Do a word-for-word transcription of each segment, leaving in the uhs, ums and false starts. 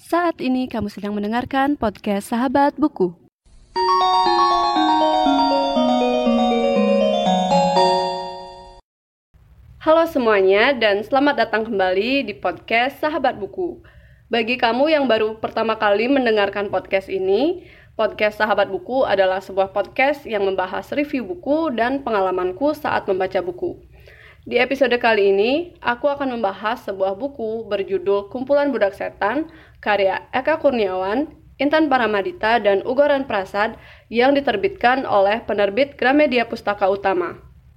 Saat ini kamu sedang mendengarkan podcast Sahabat Buku. Halo semuanya dan selamat datang kembali di podcast Sahabat Buku. Bagi kamu yang baru pertama kali mendengarkan podcast ini, podcast Sahabat Buku adalah sebuah podcast yang membahas review buku dan pengalamanku saat membaca buku. Di episode kali ini, aku akan membahas sebuah buku berjudul Kumpulan Budak Setan, karya Eka Kurniawan, Intan Paramadita, dan Ugaran Prasad yang diterbitkan oleh penerbit Gramedia Pustaka Utama.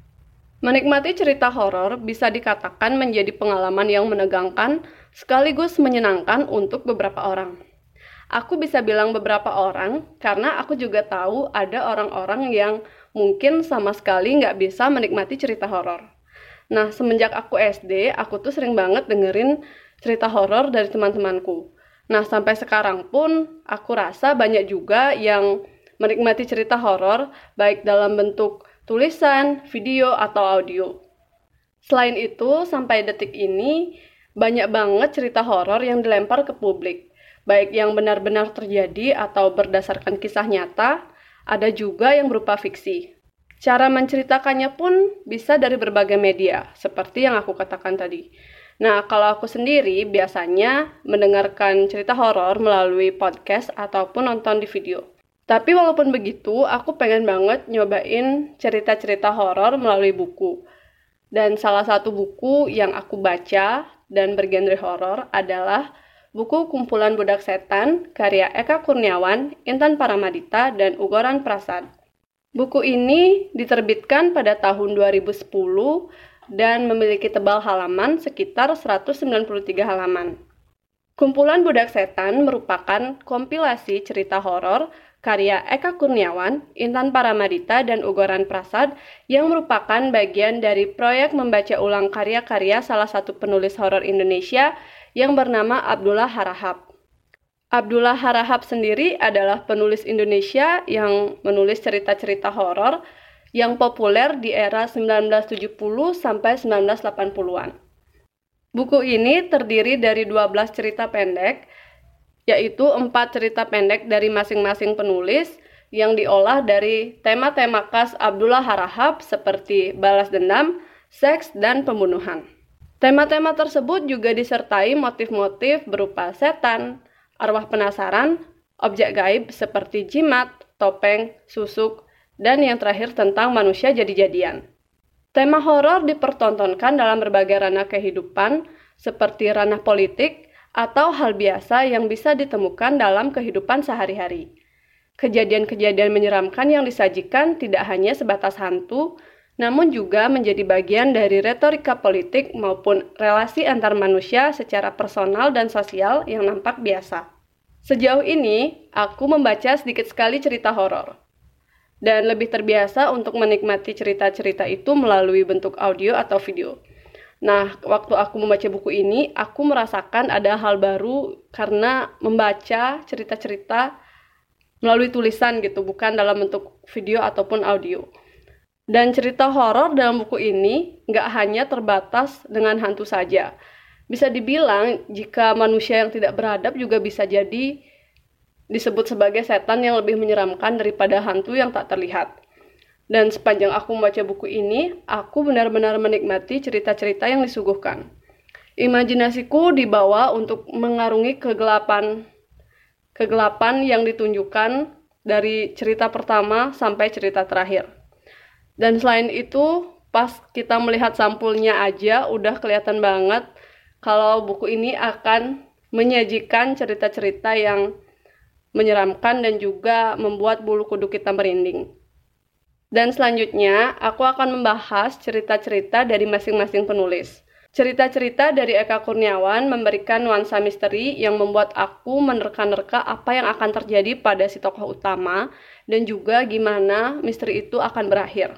Menikmati cerita horor bisa dikatakan menjadi pengalaman yang menegangkan sekaligus menyenangkan untuk beberapa orang. Aku bisa bilang beberapa orang karena aku juga tahu ada orang-orang yang mungkin sama sekali nggak bisa menikmati cerita horor. Nah, semenjak aku S D, aku tuh sering banget dengerin cerita horor dari teman-temanku. Nah, sampai sekarang pun aku rasa banyak juga yang menikmati cerita horor, baik dalam bentuk tulisan, video, atau audio. Selain itu, sampai detik ini, banyak banget cerita horor yang dilempar ke publik, baik yang benar-benar terjadi atau berdasarkan kisah nyata, ada juga yang berupa fiksi. Cara menceritakannya pun bisa dari berbagai media, seperti yang aku katakan tadi. Nah, kalau aku sendiri biasanya mendengarkan cerita horor melalui podcast ataupun nonton di video. Tapi walaupun begitu, aku pengen banget nyobain cerita-cerita horor melalui buku. Dan salah satu buku yang aku baca dan bergenre horor adalah buku Kumpulan Budak Setan, karya Eka Kurniawan, Intan Paramadita, dan Ugaran Prasad. Buku ini diterbitkan pada tahun dua ribu sepuluh dan memiliki tebal halaman sekitar seratus sembilan puluh tiga halaman. Kumpulan Budak Setan merupakan kompilasi cerita horor karya Eka Kurniawan, Intan Paramadita, dan Ugaran Prasad yang merupakan bagian dari proyek membaca ulang karya-karya salah satu penulis horor Indonesia yang bernama Abdullah Harahap. Abdullah Harahap sendiri adalah penulis Indonesia yang menulis cerita-cerita horor yang populer di era sembilan belas tujuh puluh sampai sembilan belas delapan puluhan. Buku ini terdiri dari dua belas cerita pendek, yaitu empat cerita pendek dari masing-masing penulis yang diolah dari tema-tema khas Abdullah Harahap seperti balas dendam, seks, dan pembunuhan. Tema-tema tersebut juga disertai motif-motif berupa setan, arwah penasaran, objek gaib seperti jimat, topeng, susuk, dan yang terakhir tentang manusia jadi-jadian. Tema horor dipertontonkan dalam berbagai ranah kehidupan seperti ranah politik atau hal biasa yang bisa ditemukan dalam kehidupan sehari-hari. Kejadian-kejadian menyeramkan yang disajikan tidak hanya sebatas hantu, namun juga menjadi bagian dari retorika politik maupun relasi antar manusia secara personal dan sosial yang nampak biasa. Sejauh ini, aku membaca sedikit sekali cerita horor, dan lebih terbiasa untuk menikmati cerita-cerita itu melalui bentuk audio atau video. Nah, waktu aku membaca buku ini, aku merasakan ada hal baru karena membaca cerita-cerita melalui tulisan gitu, bukan dalam bentuk video ataupun audio. Dan cerita horor dalam buku ini nggak hanya terbatas dengan hantu saja. Bisa dibilang jika manusia yang tidak beradab juga bisa jadi disebut sebagai setan yang lebih menyeramkan daripada hantu yang tak terlihat. Dan sepanjang aku membaca buku ini, aku benar-benar menikmati cerita-cerita yang disuguhkan. Imajinasiku dibawa untuk mengarungi kegelapan kegelapan yang ditunjukkan dari cerita pertama sampai cerita terakhir. Dan selain itu, pas kita melihat sampulnya aja udah kelihatan banget kalau buku ini akan menyajikan cerita-cerita yang menyeramkan dan juga membuat bulu kuduk kita merinding. Dan selanjutnya, aku akan membahas cerita-cerita dari masing-masing penulis. Cerita-cerita dari Eka Kurniawan memberikan nuansa misteri yang membuat aku menerka-nerka apa yang akan terjadi pada si tokoh utama dan juga gimana misteri itu akan berakhir.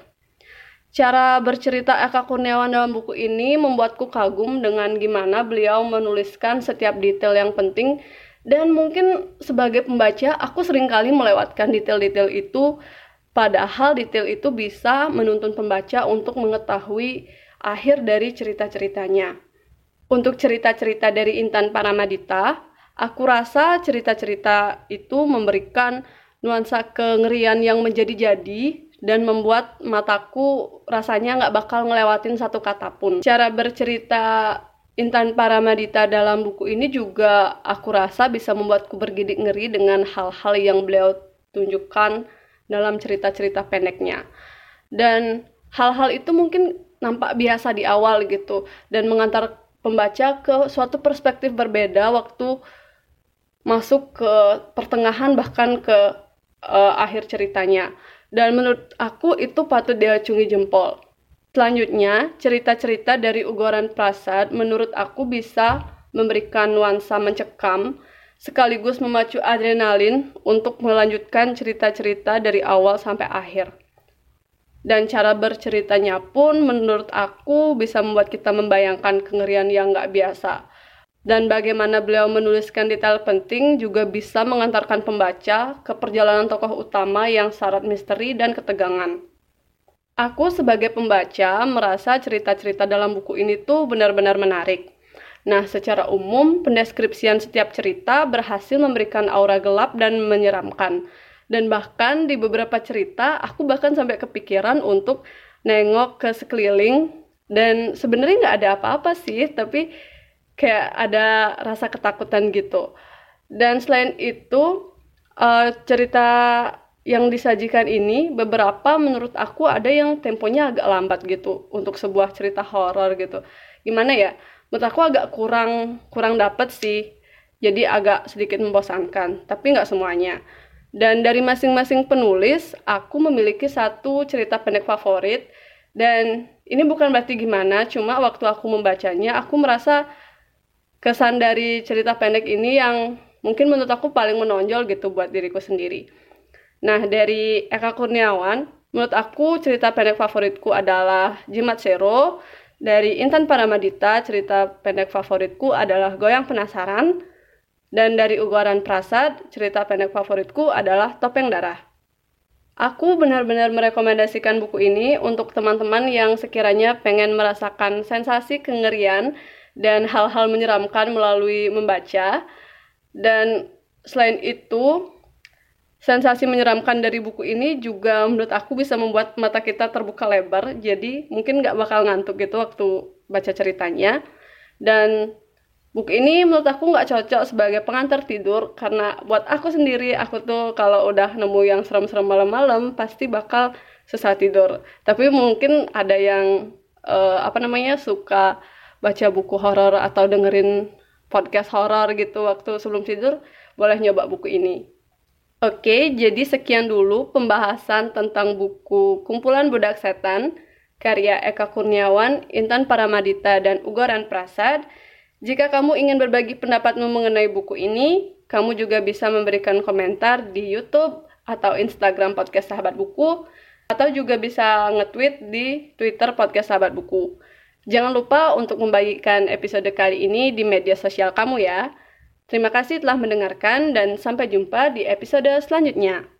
Cara bercerita Eka Kurniawan dalam buku ini membuatku kagum dengan gimana beliau menuliskan setiap detail yang penting, dan mungkin sebagai pembaca aku seringkali melewatkan detail-detail itu, padahal detail itu bisa menuntun pembaca untuk mengetahui akhir dari cerita-ceritanya. Untuk cerita-cerita dari Intan Paramadita, Aku rasa cerita-cerita itu memberikan nuansa kengerian yang menjadi-jadi dan membuat mataku rasanya nggak bakal ngelewatin satu kata pun. Cara bercerita Intan Paramaditha dalam buku ini juga aku rasa bisa membuatku bergidik ngeri dengan hal-hal yang beliau tunjukkan dalam cerita-cerita pendeknya. Dan hal-hal itu mungkin nampak biasa di awal gitu, dan mengantar pembaca ke suatu perspektif berbeda waktu masuk ke pertengahan bahkan ke uh, akhir ceritanya. Dan menurut aku itu patut diacungi jempol. Selanjutnya, cerita-cerita dari Uggaran Prasad menurut aku bisa memberikan nuansa mencekam sekaligus memacu adrenalin untuk melanjutkan cerita-cerita dari awal sampai akhir. Dan cara berceritanya pun menurut aku bisa membuat kita membayangkan kengerian yang nggak biasa. Dan bagaimana beliau menuliskan detail penting juga bisa mengantarkan pembaca ke perjalanan tokoh utama yang syarat misteri dan ketegangan. Aku sebagai pembaca merasa cerita-cerita dalam buku ini tuh benar-benar menarik. Nah, secara umum, pendeskripsian setiap cerita berhasil memberikan aura gelap dan menyeramkan. Dan bahkan di beberapa cerita, aku bahkan sampai kepikiran untuk nengok ke sekeliling. Dan sebenarnya nggak ada apa-apa sih, tapi kayak ada rasa ketakutan gitu. Dan selain itu, uh, cerita yang disajikan ini beberapa menurut aku ada yang temponya agak lambat gitu untuk sebuah cerita horor gitu. Gimana ya? Menurut aku agak kurang kurang dapet sih. Jadi agak sedikit membosankan, tapi nggak semuanya. Dan dari masing-masing penulis, aku memiliki satu cerita pendek favorit. Dan ini bukan berarti gimana, cuma waktu aku membacanya, aku merasa kesan dari cerita pendek ini yang mungkin menurut aku paling menonjol gitu buat diriku sendiri. Nah, dari Eka Kurniawan, menurut aku cerita pendek favoritku adalah Jimat Sero. Dari Intan Paramaditha, cerita pendek favoritku adalah Goyang Penasaran. Dan dari Uggaran Prasad, cerita pendek favoritku adalah Topeng Darah. Aku benar-benar merekomendasikan buku ini untuk teman-teman yang sekiranya pengen merasakan sensasi kengerian dan hal-hal menyeramkan melalui membaca. Dan selain itu, sensasi menyeramkan dari buku ini juga menurut aku bisa membuat mata kita terbuka lebar, jadi mungkin nggak bakal ngantuk gitu waktu baca ceritanya. Dan buku ini menurut aku nggak cocok sebagai pengantar tidur, karena buat aku sendiri, aku tuh kalau udah nemu yang serem-serem malam-malam pasti bakal susah tidur. Tapi mungkin ada yang uh, apa namanya suka baca buku horor atau dengerin podcast horor gitu waktu sebelum tidur, boleh nyoba buku ini. Oke, jadi sekian dulu pembahasan tentang buku Kumpulan Budak Setan, karya Eka Kurniawan, Intan Paramaditha, dan Uggaran Prasad. Jika kamu ingin berbagi pendapatmu mengenai buku ini, kamu juga bisa memberikan komentar di YouTube atau Instagram Podcast Sahabat Buku, atau juga bisa nge-tweet di Twitter Podcast Sahabat Buku. Jangan lupa untuk membagikan episode kali ini di media sosial kamu ya. Terima kasih telah mendengarkan dan sampai jumpa di episode selanjutnya.